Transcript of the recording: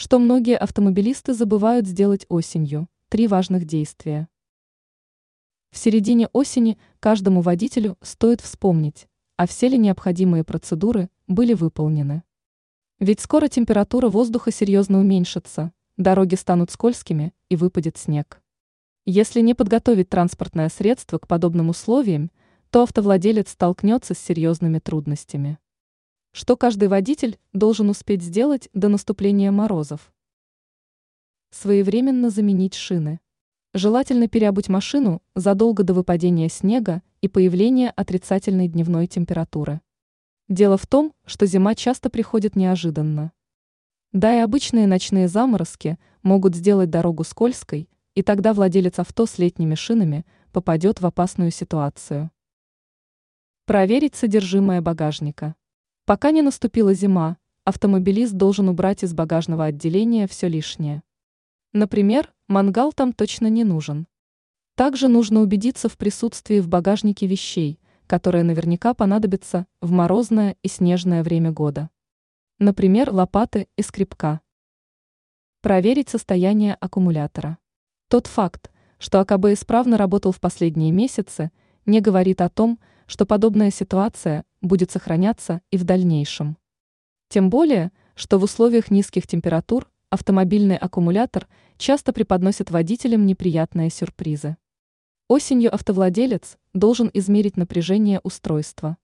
Что многие автомобилисты забывают сделать осенью. 3 важных действия. В середине осени каждому водителю стоит вспомнить, а все ли необходимые процедуры были выполнены. Ведь скоро температура воздуха серьезно уменьшится, дороги станут скользкими и выпадет снег. Если не подготовить транспортное средство к подобным условиям, то автовладелец столкнется с серьезными трудностями. Что каждый водитель должен успеть сделать до наступления морозов? Своевременно заменить шины. Желательно переобуть машину задолго до выпадения снега и появления отрицательной дневной температуры. Дело в том, что зима часто приходит неожиданно. Да и обычные ночные заморозки могут сделать дорогу скользкой, и тогда владелец авто с летними шинами попадет в опасную ситуацию. Проверить содержимое багажника. Пока не наступила зима, автомобилист должен убрать из багажного отделения все лишнее. Например, мангал там точно не нужен. Также нужно убедиться в присутствии в багажнике вещей, которые наверняка понадобятся в морозное и снежное время года. Например, лопаты и скребка. Проверить состояние аккумулятора. Тот факт, что АКБ исправно работал в последние месяцы, не говорит о том, что подобная ситуация будет сохраняться и в дальнейшем. Тем более, что в условиях низких температур автомобильный аккумулятор часто преподносит водителям неприятные сюрпризы. Осенью автовладелец должен измерить напряжение устройства.